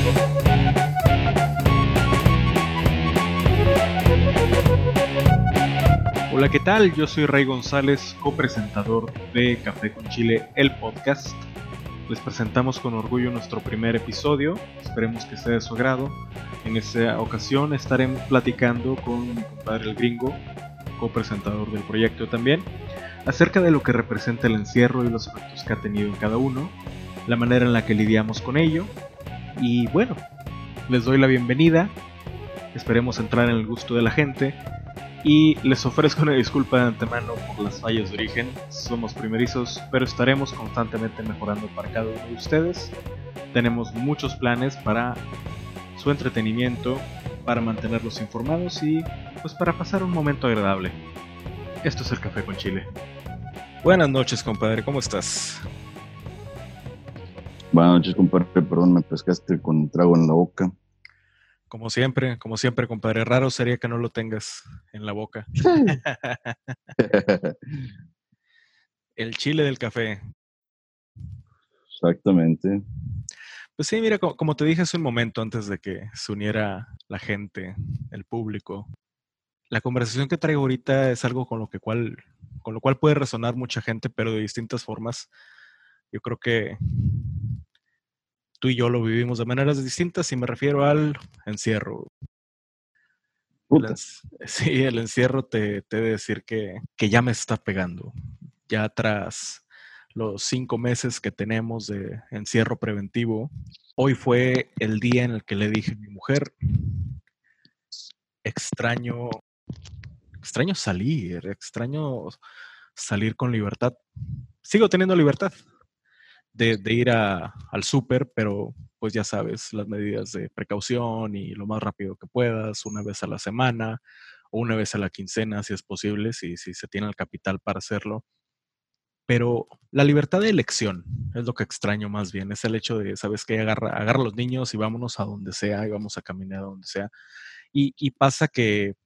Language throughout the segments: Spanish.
Hola, ¿qué tal? Yo soy Ray González, copresentador de Café con Chile, el podcast. Les presentamos con orgullo nuestro primer episodio, esperemos que sea de su agrado. En esta ocasión estaremos platicando con mi compadre el Gringo, copresentador del proyecto también, acerca de lo que representa el encierro y los efectos que ha tenido en cada uno, la manera en la que lidiamos con ello. Y bueno, les doy la bienvenida, esperemos entrar en el gusto de la gente. Y les ofrezco una disculpa de antemano por las fallas de origen. Somos primerizos, pero estaremos constantemente mejorando para cada uno de ustedes. Tenemos muchos planes para su entretenimiento, para mantenerlos informados y pues para pasar un momento agradable. Esto es el Café con Chile. Buenas noches, compadre, ¿cómo estás? Buenas noches, compadre, perdón, me pescaste con un trago en la boca. Como siempre, compadre, raro sería que no lo tengas en la boca. El chile del café. Exactamente. Pues sí, mira, como te dije hace un momento antes de que se uniera la gente, el público, la conversación que traigo ahorita es algo con lo cual puede resonar mucha gente, pero de distintas formas. Yo creo que tú y yo lo vivimos de maneras distintas y me refiero al encierro. Sí, el encierro te debe decir que ya me está pegando. Ya tras los 5 meses que tenemos de encierro preventivo, hoy fue el día en el que le dije a mi mujer, extraño salir con libertad. Sigo teniendo libertad de ir al súper, pero pues ya sabes, las medidas de precaución y lo más rápido que puedas, una vez a la semana o una vez a la quincena, si es posible, si se tiene el capital para hacerlo. Pero la libertad de elección es lo que extraño más bien, es el hecho de, ¿sabes qué? Agarra a los niños y vámonos a donde sea, y vamos a caminar a donde sea. Y pasa que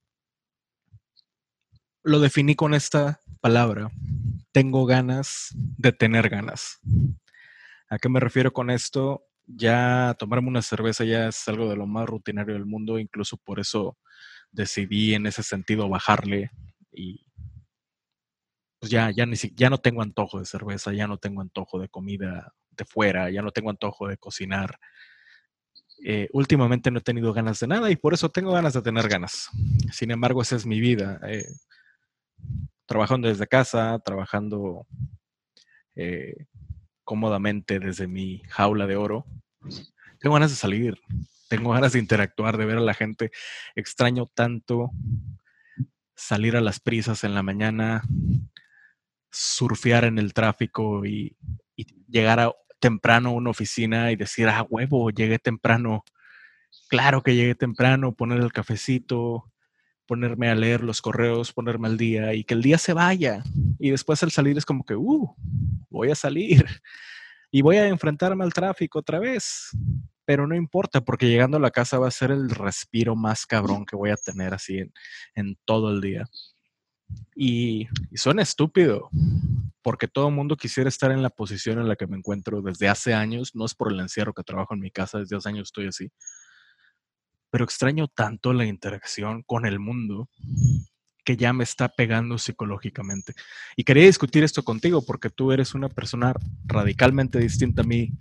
lo definí con esta palabra, tengo ganas de tener ganas. ¿A qué me refiero con esto? Ya tomarme una cerveza ya es algo de lo más rutinario del mundo, incluso por eso decidí en ese sentido bajarle y pues ya no tengo antojo de cerveza, ya no tengo antojo de comida de fuera, ya no tengo antojo de cocinar. Últimamente no he tenido ganas de nada y por eso tengo ganas de tener ganas. Sin embargo, esa es mi vida. Trabajando desde casa, trabajando cómodamente desde mi jaula de oro. Tengo ganas de salir, tengo ganas de interactuar, de ver a la gente. Extraño tanto salir a las prisas en la mañana, surfear en el tráfico y llegar temprano a una oficina y decir, huevo, llegué temprano. Claro que llegué temprano, poner el cafecito, ponerme a leer los correos, ponerme al día y que el día se vaya. Y después al salir es como que, voy a salir y voy a enfrentarme al tráfico otra vez. Pero no importa, porque llegando a la casa va a ser el respiro más cabrón que voy a tener así en todo el día. Y suena estúpido, porque todo el mundo quisiera estar en la posición en la que me encuentro desde hace años. No es por el encierro que trabajo en mi casa, desde hace años estoy así. Pero extraño tanto la interacción con el mundo que ya me está pegando psicológicamente. Y quería discutir esto contigo porque tú eres una persona radicalmente distinta a mí.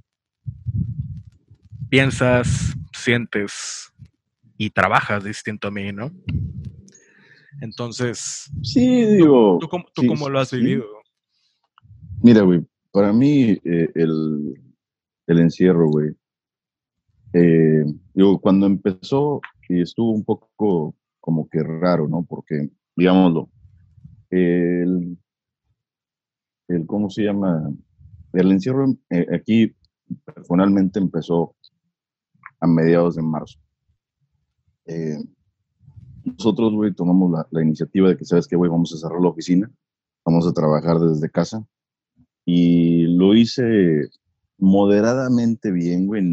Piensas, sientes y trabajas distinto a mí, ¿no? Entonces, sí, digo, ¿tú cómo lo has vivido? Mira, güey, para mí el encierro, güey, digo, cuando empezó y estuvo un poco como que raro, ¿no? Porque, digámoslo, el ¿cómo se llama? El encierro aquí personalmente empezó a mediados de marzo. Nosotros, güey, tomamos la iniciativa de que, ¿sabes qué, güey? Vamos a cerrar la oficina, vamos a trabajar desde casa. Y lo hice moderadamente bien, güey.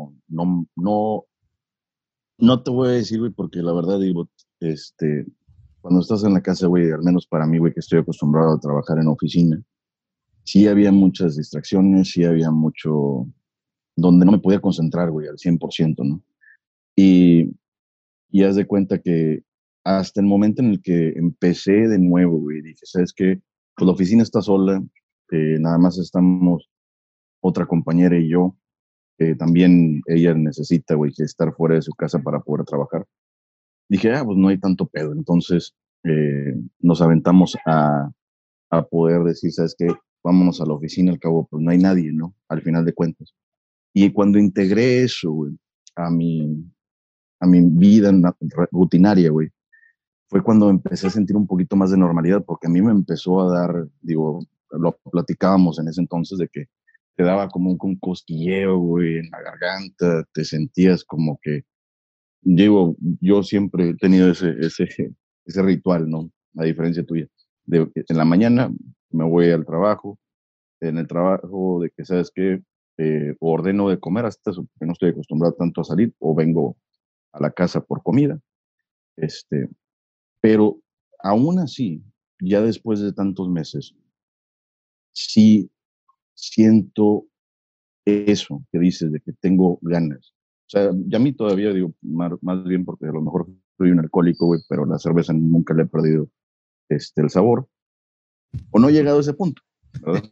No te voy a decir, güey, porque la verdad, digo, cuando estás en la casa, güey, al menos para mí, güey, que estoy acostumbrado a trabajar en oficina, sí había muchas distracciones, sí había mucho, donde no me podía concentrar, güey, al 100%, ¿no? Y, y haz de cuenta que hasta el momento en el que empecé de nuevo, güey, dije, ¿sabes qué? Pues la oficina está sola, nada más estamos otra compañera y yo, también ella necesita, güey, que estar fuera de su casa para poder trabajar. Dije, pues no hay tanto pedo. Entonces nos aventamos a poder decir, ¿sabes qué? Vámonos a la oficina, al cabo, pues no hay nadie, ¿no? Al final de cuentas. Y cuando integré eso, güey, a mi, a mi vida rutinaria, güey, fue cuando empecé a sentir un poquito más de normalidad, porque a mí me empezó a dar, digo, lo platicábamos en ese entonces de que te daba como un cosquilleo, güey, en la garganta, te sentías como que, digo, yo siempre he tenido ese ritual, ¿no? A diferencia tuya. En la mañana me voy al trabajo, en el trabajo de que, ¿sabes qué? Ordeno de comer hasta eso, porque no estoy acostumbrado tanto a salir, o vengo a la casa por comida, este, pero aún así, ya después de tantos meses, sí siento eso que dices de que tengo ganas. O sea, ya a mí todavía digo, más bien porque a lo mejor soy un alcohólico, güey, pero la cerveza nunca le he perdido el sabor, o no he llegado a ese punto, ¿verdad?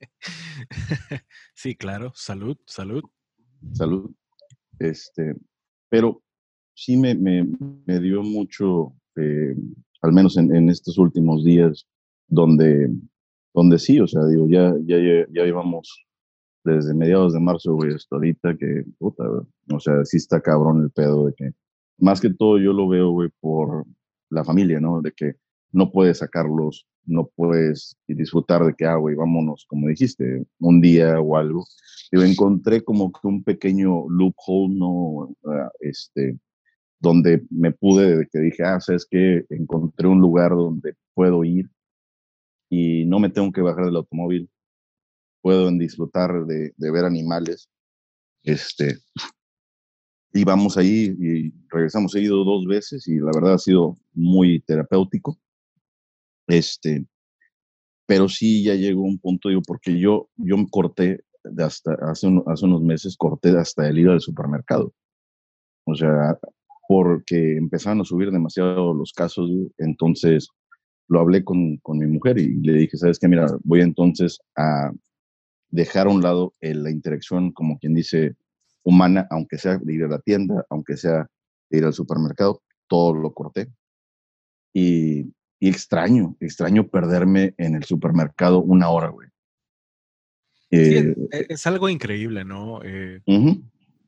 Sí, claro. Salud, salud. Salud. Este, pero sí me dio mucho, al menos en estos últimos días, donde, donde sí, o sea, digo, ya íbamos desde mediados de marzo, güey, hasta ahorita que, puta, güey, o sea, sí está cabrón el pedo de que, más que todo yo lo veo, güey, por la familia, ¿no? De que no puedes sacarlos, no puedes disfrutar de que, güey, vámonos, como dijiste, un día o algo. Yo encontré como que un pequeño loophole, ¿no? Donde me pude, de que dije, ¿sabes qué? Encontré un lugar donde puedo ir y no me tengo que bajar del automóvil, puedo disfrutar de ver animales, este, y vamos ahí y regresamos, he ido 2 veces y la verdad ha sido muy terapéutico, este, pero sí ya llegó un punto, digo, porque yo me corté de hasta hace unos meses, corté hasta el ir al supermercado, o sea, porque empezaron a subir demasiado los casos, entonces lo hablé con mi mujer y le dije, ¿sabes qué? Mira, voy entonces a dejar a un lado la interacción, como quien dice, humana, aunque sea de ir a la tienda, aunque sea de ir al supermercado, todo lo corté. Y, y extraño perderme en el supermercado una hora, güey. Sí, Eh, es algo increíble, ¿no? Ujú.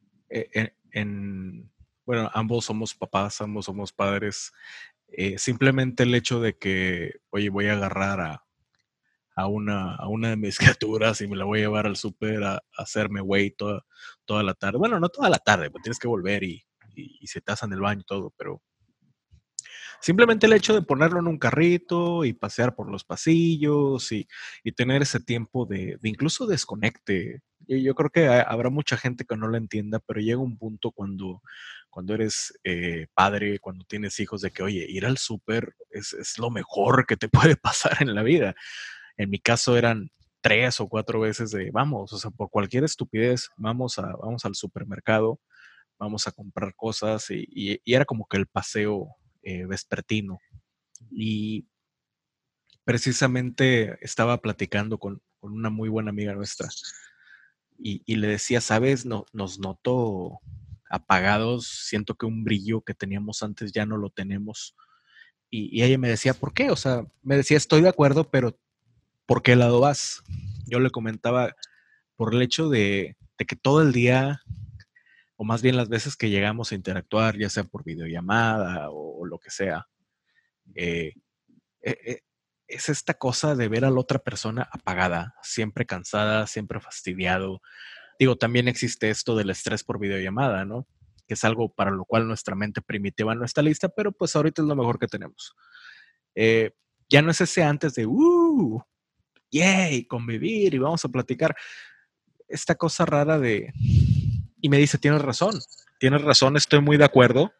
Bueno, ambos somos papás, ambos somos padres. Simplemente el hecho de que, oye, voy a agarrar a una de mis criaturas y me la voy a llevar al súper a hacerme güey toda la tarde. Bueno, no toda la tarde, pues tienes que volver y se te en el baño y todo, pero simplemente el hecho de ponerlo en un carrito y pasear por los pasillos y tener ese tiempo de incluso desconecte. Y yo creo que habrá mucha gente que no lo entienda, pero llega un punto cuando eres padre, cuando tienes hijos, de que, oye, ir al súper es lo mejor que te puede pasar en la vida. En mi caso eran 3 o 4 veces de, vamos, o sea, por cualquier estupidez, vamos al supermercado, vamos a comprar cosas y era como que el paseo vespertino. Y precisamente estaba platicando con una muy buena amiga nuestra y le decía, sabes, no, nos noto apagados, siento que un brillo que teníamos antes ya no lo tenemos. Y ella me decía, ¿por qué? O sea, me decía, estoy de acuerdo, pero ¿por qué lado vas? Yo le comentaba por el hecho de que todo el día, o más bien las veces que llegamos a interactuar, ya sea por videollamada o lo que sea, eh, eh, eh, es esta cosa de ver a la otra persona apagada, siempre cansada, siempre fastidiado. Digo, también existe esto del estrés por videollamada, ¿no? Que es algo para lo cual nuestra mente primitiva no está lista, pero pues ahorita es lo mejor que tenemos. Eh, ya no es ese antes de, yay, convivir y vamos a platicar. Esta cosa rara de... Y me dice, tienes razón, estoy muy de acuerdo.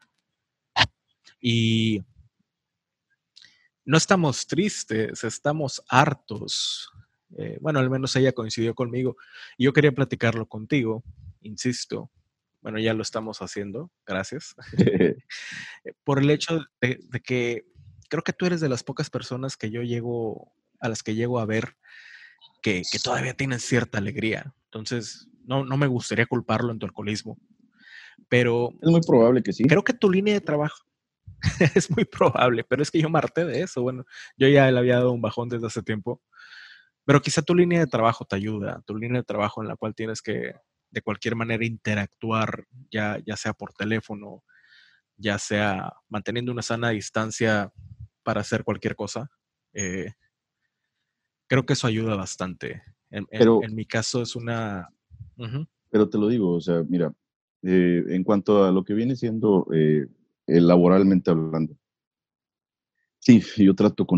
Y no estamos tristes, estamos hartos. Bueno, al menos ella coincidió conmigo. Y yo quería platicarlo contigo insisto, bueno, ya lo estamos haciendo, gracias, por el hecho de que creo que tú eres de las pocas personas a las que llego a ver que todavía tienen cierta alegría. Entonces, no me gustaría culparlo en tu alcoholismo, pero Es muy probable que sí. creo que tu línea de trabajo es muy probable, pero es que yo me harté de eso. Bueno, yo ya le había dado un bajón desde hace tiempo, pero quizá tu línea de trabajo te ayuda, tu línea de trabajo en la cual tienes que de cualquier manera interactuar, ya sea por teléfono, ya sea manteniendo una sana distancia para hacer cualquier cosa. Eh, Creo que eso ayuda bastante. Pero, En mi caso es una... Ujú. pero te lo digo, o sea, mira, en cuanto a lo que viene siendo laboralmente hablando, sí, yo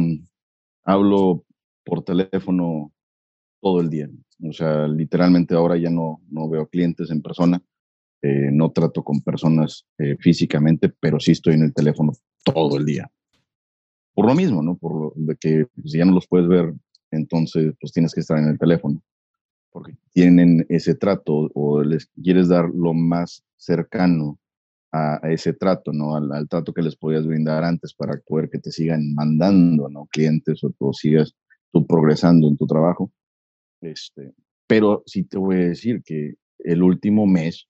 hablo por teléfono todo el día. O sea, literalmente ahora ya no veo clientes en persona, no trato con personas físicamente, pero sí estoy en el teléfono todo el día. Por lo mismo, ¿no? Por lo de que si ya no los puedes ver, entonces pues tienes que estar en el teléfono, porque tienen ese trato o les quieres dar lo más cercano a ese trato, ¿no? Al trato que les podías brindar antes para poder que te sigan mandando, ¿no? Clientes o sigas tú progresando en tu trabajo. Este, pero sí te voy a decir que el último mes,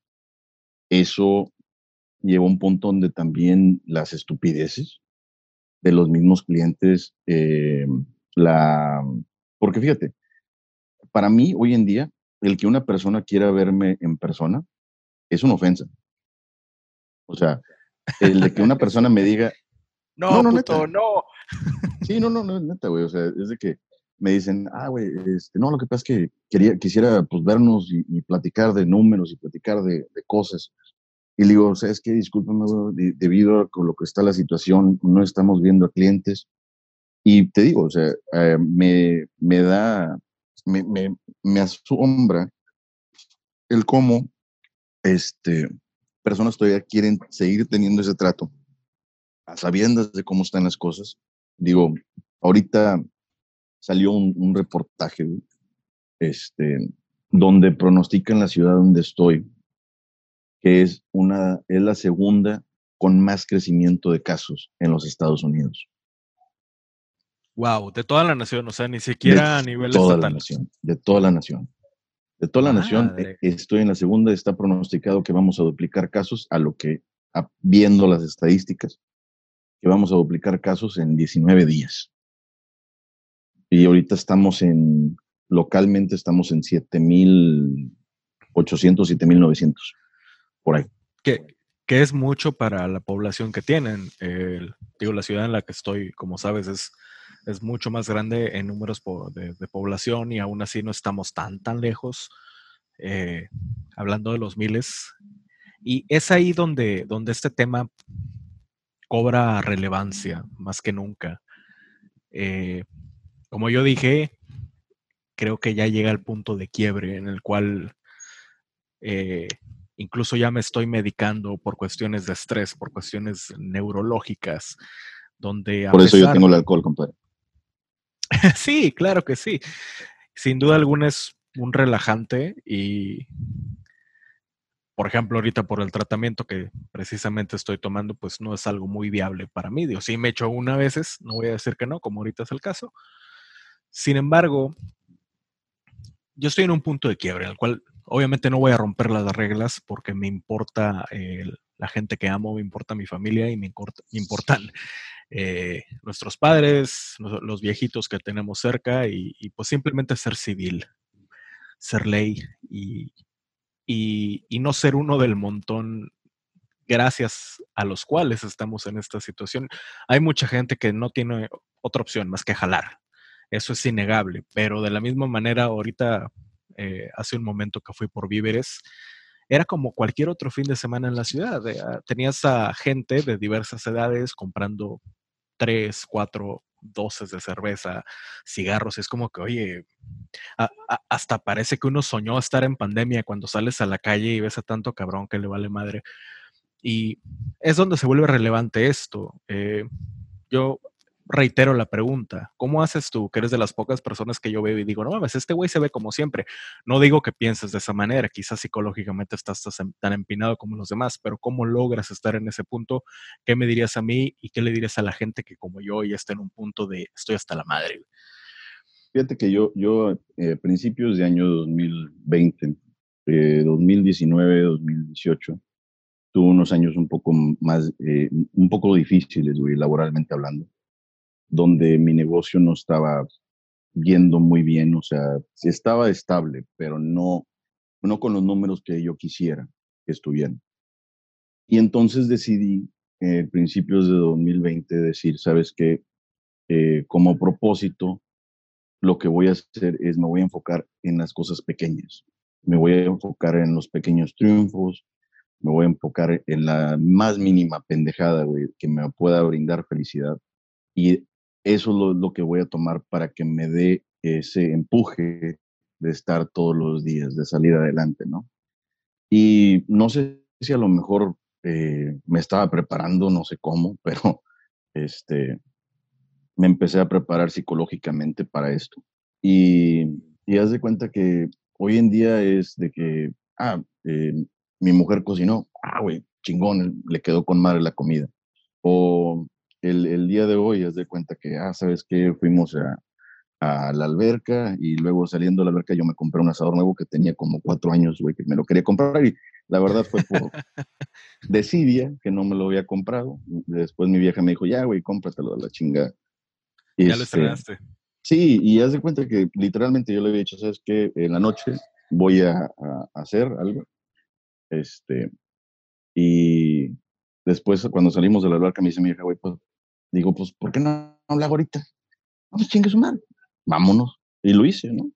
eso lleva a un punto donde también las estupideces de los mismos clientes, la, porque fíjate, para mí hoy en día, el que una persona quiera verme en persona es una ofensa. O sea, el de que una persona me diga, no, No, no, puto, neta, no. sí, no, neta, güey, o sea, es de que me dicen, güey, no, lo que pasa es que quisiera, pues, vernos y platicar de números y platicar de cosas. Y le digo, ¿sabes qué? Discúlpame, güey, debido a con lo que está la situación, no estamos viendo a clientes. Y te digo, o sea, me da, me asombra el cómo, este, personas todavía quieren seguir teniendo ese trato, a sabiendas de cómo están las cosas. Digo, ahorita salió un reportaje, güey, este, donde pronostican la ciudad donde estoy, que es la segunda con más crecimiento de casos en los Estados Unidos, Wow, de toda la nación, o sea, ni de siquiera a nivel toda la estatal. nación, de toda la nación. De toda la nación, Madre. estoy en la segunda, está pronosticado que vamos a duplicar casos viendo las estadísticas, que vamos a duplicar casos en 19 días. Y ahorita localmente estamos en 7,800, 7,900, por ahí. Que, que es mucho para la población que tienen. Digo, la ciudad en la que estoy, como sabes, es mucho más grande en números de población y aún así no estamos tan lejos, eh, hablando de los miles. Y es ahí donde este tema cobra relevancia más que nunca. Eh, Como yo dije, creo que ya llega el punto de quiebre en el cual eh, incluso ya me estoy medicando por cuestiones de estrés, por cuestiones neurológicas, donde a Por eso yo pesar, tengo el alcohol, compadre. sí, claro que sí, sin duda alguna es un relajante y, por ejemplo, ahorita por el tratamiento que precisamente estoy tomando, pues no es algo muy viable para mí. Digo, sí me echo una veces, no voy a decir que no, como ahorita es el caso. Sin embargo, yo estoy en un punto de quiebre, al cual obviamente no voy a romper las reglas porque me importa la gente que amo, me importa mi familia y me importan nuestros padres, los viejitos que tenemos cerca y pues simplemente ser civil, ser ley y no ser uno del montón gracias a los cuales estamos en esta situación. Hay mucha gente que no tiene otra opción más que jalar. Eso es innegable, pero de la misma manera ahorita, hace un momento que fui por víveres, era como cualquier otro fin de semana en la ciudad. Tenías a gente de diversas edades comprando 3, 4 doces de cerveza, cigarros. Es como que, oye, hasta parece que uno soñó estar en pandemia cuando sales a la calle y ves a tanto cabrón que le vale madre. Y es donde se vuelve relevante esto. Yo reitero la pregunta, ¿cómo haces tú, que eres de las pocas personas que yo veo y digo, no mames, este güey se ve como siempre? No digo que pienses de esa manera, quizás psicológicamente estás tan empinado como los demás, pero ¿cómo logras estar en ese punto? ¿Qué me dirías a mí y qué le dirías a la gente que como yo ya está en un punto de estoy hasta la madre? Fíjate que yo principios de año 2020, 2019, 2018, tuve unos años un poco más, un poco difíciles, güey, laboralmente hablando, donde mi negocio no estaba yendo muy bien, o sea, sí estaba estable, pero no con los números que yo quisiera que estuvieran. Y entonces decidí, principios de 2020, decir, ¿sabes qué? Como propósito, lo que voy a hacer es me voy a enfocar en las cosas pequeñas. Me voy a enfocar en los pequeños triunfos, me voy a enfocar en la más mínima pendejada, güey, que me pueda brindar felicidad. Y eso es lo que voy a tomar para que me dé ese empuje de estar todos los días, de salir adelante, ¿no? Y no sé si a lo mejor me estaba preparando, no sé cómo, pero este, me empecé a preparar psicológicamente para esto. Y haz de cuenta que hoy en día es de que, mi mujer cocinó, güey, chingón, le quedó con madre la comida. O el día de hoy, haz de cuenta que, ¿sabes qué? Fuimos a la alberca y luego saliendo de la alberca yo me compré un asador nuevo que tenía como 4 años, güey, que me lo quería comprar y la verdad fue por desidia que no me lo había comprado. Después mi vieja me dijo, ya, güey, cómpratelo de la chingada. Y Ya lo estrenaste. sí, y haz de cuenta que literalmente yo le había dicho, ¿sabes qué? En la noche voy a hacer algo. Este, y después cuando salimos de la alberca me dice mi hija, güey, pues, digo, pues, ¿por qué no lo hago ahorita? Vamos, chingue su madre. Vámonos. Y lo hice, ¿no?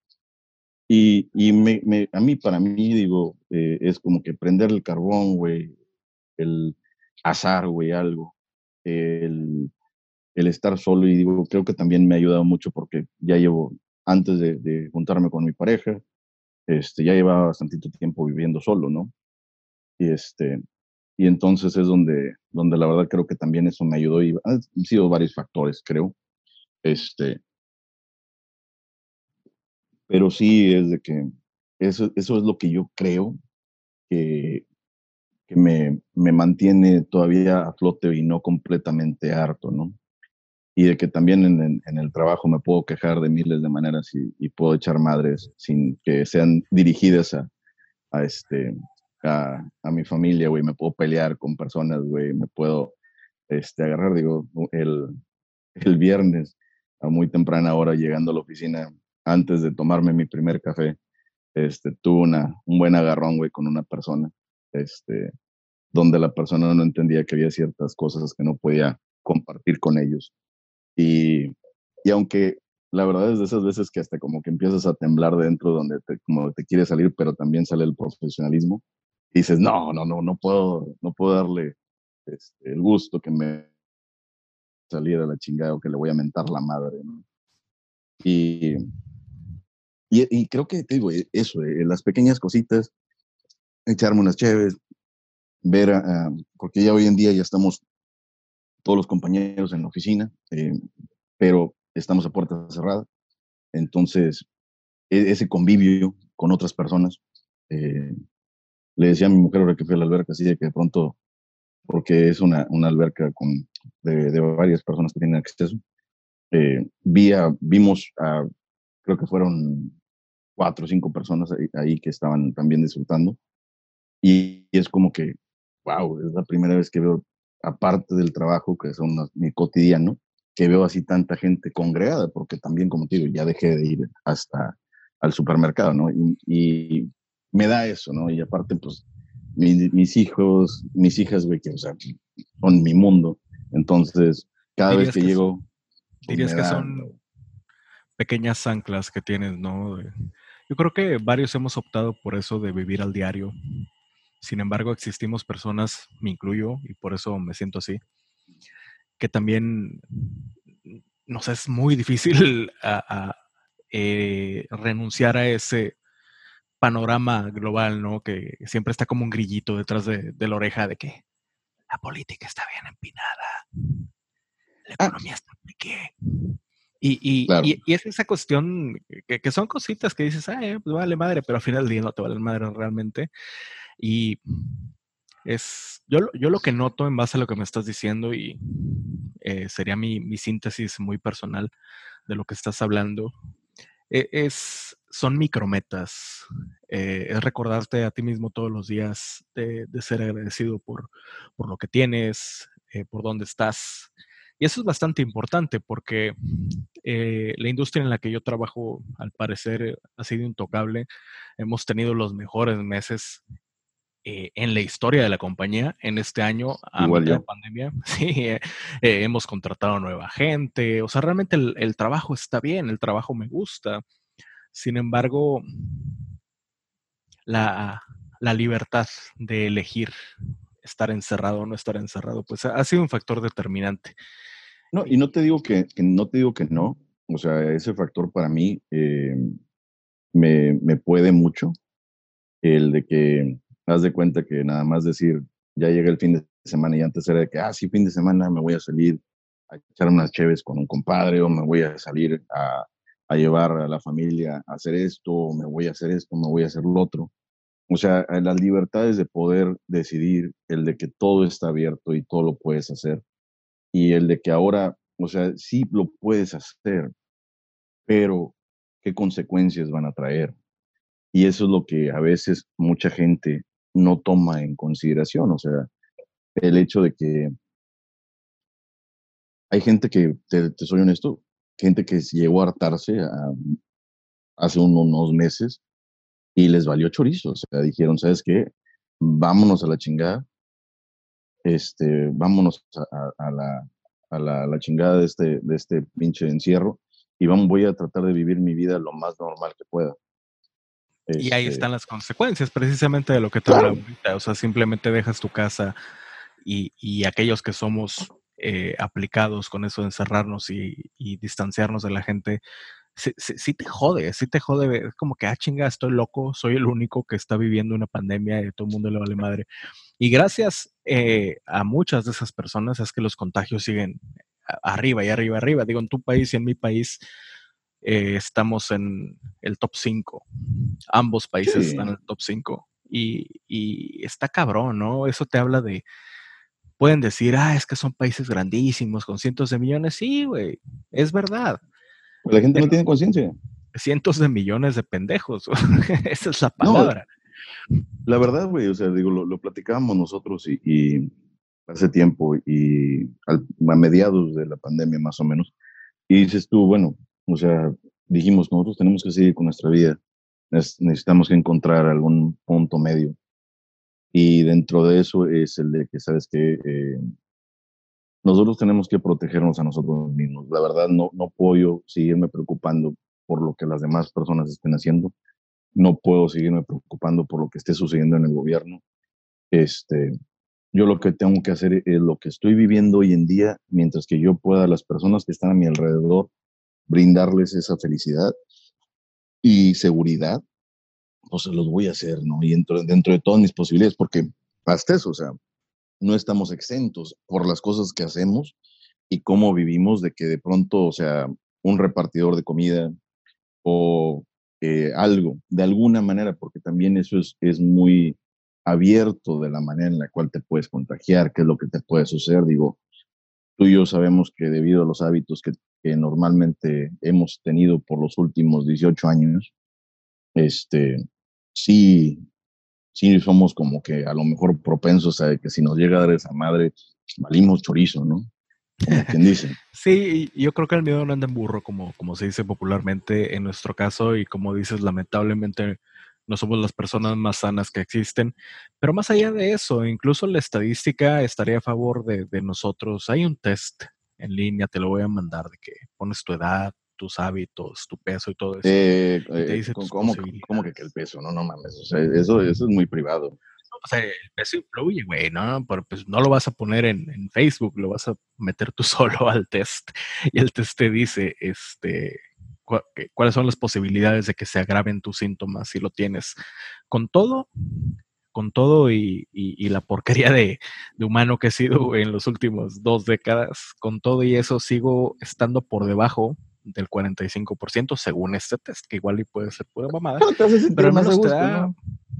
Y a mí, para mí, digo, es como que prender el carbón, güey, el asar, güey, algo, el, el estar solo. Y digo, creo que también me ha ayudado mucho porque ya llevo, antes de juntarme con mi pareja, ya llevaba bastante tiempo viviendo solo, ¿no? Y y entonces es donde la verdad creo que también eso me ayudó y han sido varios factores, creo. Este, pero sí es de que eso es lo que yo creo que, que me mantiene todavía a flote y no completamente harto, ¿no? Y de que también en el trabajo me puedo quejar de miles de maneras y puedo echar madres sin que sean dirigidas a, este, a mi familia, güey. Me puedo pelear con personas, güey. Me puedo agarrar, digo, el viernes a muy temprana hora llegando a la oficina, antes de tomarme mi primer café, tuve un buen agarrón, güey, con una persona, donde la persona no entendía que había ciertas cosas que no podía compartir con ellos. Y, y aunque la verdad es de esas veces que hasta como que empiezas a temblar dentro donde como te quiere salir, pero también sale el profesionalismo, y dices, no puedo darle el gusto que me saliera a la chingada o que le voy a mentar la madre, ¿no? Y, y creo que te digo, eso, las pequeñas cositas, echarme unas chéves, ver, porque ya hoy en día ya estamos todos los compañeros en la oficina, pero estamos a puerta cerrada, entonces ese convivio con otras personas, eh, le decía a mi mujer ahora que fui a la alberca, así de que de pronto, porque es una alberca de varias personas que tienen acceso, vimos creo que fueron 4 o 5 personas ahí que estaban también disfrutando. Y es como que, wow, es la primera vez que veo, aparte del trabajo, que es mi cotidiano, que veo así tanta gente congregada, porque también, como te digo, ya dejé de ir hasta al supermercado, ¿no? Y me da eso, ¿no? Y aparte, pues, mis hijos, mis hijas, güey, que, o sea, son mi mundo. Entonces, cada vez Dirías que que, llego, pues dirías me que da. son pequeñas anclas que tienes, ¿no? Yo creo que varios hemos optado por eso de vivir al diario. Sin embargo, existimos personas, me incluyo, y por eso me siento así, que también, no sé, es muy difícil renunciar a ese panorama global, ¿no? Que siempre está como un grillito detrás de la oreja de que la política está bien empinada. la Ah, economía está de qué. Y claro. es esa cuestión que son cositas que dices, pues vale madre, pero al final del día no te vale madre realmente. Y yo lo que noto en base a lo que me estás diciendo y sería mi síntesis muy personal de lo que estás hablando, son micrometas. Es recordarte a ti mismo todos los días de ser agradecido por lo que tienes, por dónde estás. Y eso es bastante importante porque la industria en la que yo trabajo, al parecer, ha sido intocable. Hemos tenido los mejores meses en la historia de la compañía en este año a Igual mitad de yo. pandemia. Sí, hemos contratado nueva gente. O sea, realmente el trabajo está bien, el trabajo me gusta. Sin embargo, la, la libertad de elegir estar encerrado o no estar encerrado, pues ha sido un factor determinante. No, y Y, no te digo que no te digo que no. O sea, ese factor para mí me puede mucho. El de que haz de cuenta que nada más decir, ya llega el fin de semana y antes era de que, sí, fin de semana me voy a salir a echar unas cheves con un compadre o me voy a salir a llevar a la familia a hacer esto, o me voy a hacer esto, me voy a hacer lo otro. O sea, las libertades de poder decidir, el de que todo está abierto y todo lo puedes hacer, y el de que ahora, o sea, sí lo puedes hacer, pero ¿qué consecuencias van a traer? Y eso es lo que a veces mucha gente no toma en consideración. O sea, el hecho de que hay gente que, te soy honesto, gente que llegó a hartarse hace unos meses y les valió chorizo. O sea, dijeron, ¿sabes qué? Vámonos a la chingada, vámonos a la chingada de este pinche encierro y voy a tratar de vivir mi vida lo más normal que pueda. y ahí Este, están las consecuencias precisamente de lo que te hablaba claro, ahorita. O sea, simplemente dejas tu casa y aquellos que somos aplicados con eso de encerrarnos y distanciarnos de la gente, sí te jode, es como que, chinga, estoy loco, soy el único que está viviendo una pandemia y a todo el mundo le vale madre. Y gracias a muchas de esas personas es que los contagios siguen arriba y arriba, arriba. Digo, en tu país y en mi país estamos en el top 5. Ambos países están en sí. el top 5. Y está cabrón, ¿no? Eso te habla de, pueden decir, es que son países grandísimos con cientos de millones. Sí, güey, es verdad. La gente no Pero tiene conciencia. cientos de millones de pendejos. Esa es la No, palabra. la verdad, güey, o sea, digo, lo platicábamos nosotros y hace tiempo y a mediados de la pandemia más o menos, y dices tú, bueno, o sea, dijimos, nosotros tenemos que seguir con nuestra vida, necesitamos que encontrar algún punto medio, y dentro de eso es el de que, ¿sabes qué? Nosotros tenemos que protegernos a nosotros mismos. La verdad, no puedo yo seguirme preocupando por lo que las demás personas estén haciendo, no puedo seguirme preocupando por lo que esté sucediendo en el gobierno. Este, yo lo que tengo que hacer es lo que estoy viviendo hoy en día, mientras que yo pueda a las personas que están a mi alrededor brindarles esa felicidad y seguridad, pues se los voy a hacer, ¿no? Y dentro de todas mis posibilidades, porque hasta eso, o sea, no estamos exentos por las cosas que hacemos y cómo vivimos de que de pronto, o sea, un repartidor de comida o algo, de alguna manera, porque también eso es muy abierto de la manera en la cual te puedes contagiar, qué es lo que te puede suceder. Digo, tú y yo sabemos que debido a los hábitos que normalmente hemos tenido por los últimos 18 años, este, sí, sí somos como que a lo mejor propensos a que si nos llega a dar esa madre, valimos chorizo, ¿no? Como quien dice. Sí, yo creo que el miedo no anda en burro, como se dice popularmente en nuestro caso, y como dices, lamentablemente no somos las personas más sanas que existen. Pero más allá de eso, incluso la estadística estaría a favor de nosotros. Hay un test en línea, te lo voy a mandar, de que pones tu edad, tus hábitos, tu peso y todo eso, y te dice tus ¿Cómo que el posibilidades. peso? No, no mames. O sea, eso es muy privado. O sea, el peso influye, güey, ¿no? Pero pues no lo vas a poner en Facebook, lo vas a meter tú solo al test. Y el test te dice, cuáles son las posibilidades de que se agraven tus síntomas si lo tienes con todo con todo y la porquería de humano que he sido en los últimos 2 décadas, con todo y eso sigo estando por debajo del 45% según este test, que igual y puede ser pura mamada. Pero te hace sentir Pero al más a menos te gusto, da... ¿no?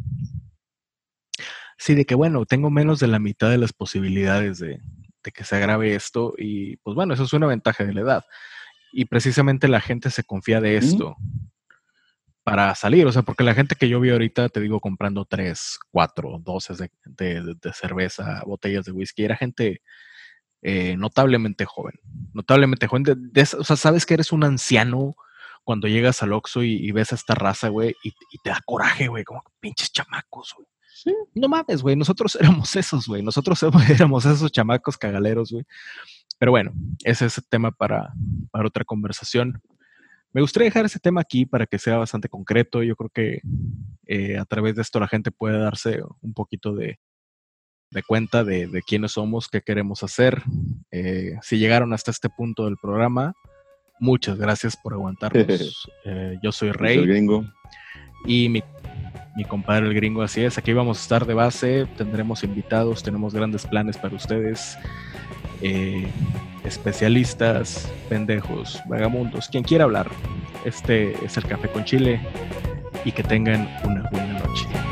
Sí, de que bueno, tengo menos de la mitad de las posibilidades de que se agrave esto y pues bueno, eso es una ventaja de la edad. Y precisamente la gente se confía de esto para salir, o sea, porque la gente que yo vi ahorita, te digo, comprando 3, 4 doces de cerveza, botellas de whisky, era gente notablemente joven, o sea, sabes que eres un anciano cuando llegas al Oxxo y ves a esta raza, güey, y te da coraje, güey, como pinches chamacos, güey. Sí. No mames, güey, nosotros éramos esos, güey, nosotros éramos esos chamacos cagaleros, güey. Pero bueno, ese es el tema para otra conversación. Me gustaría dejar ese tema aquí para que sea bastante concreto. Yo creo que a través de esto la gente puede darse un poquito de cuenta de quiénes somos, qué queremos hacer. Si llegaron hasta este punto del programa, muchas gracias por aguantarnos. Yo soy Rey. El gringo. Y mi compadre el gringo, así es. Aquí vamos a estar de base, tendremos invitados, tenemos grandes planes para ustedes. Especialistas, pendejos, vagamundos, quien quiera hablar. Este es el Café con Chile y que tengan una buena noche.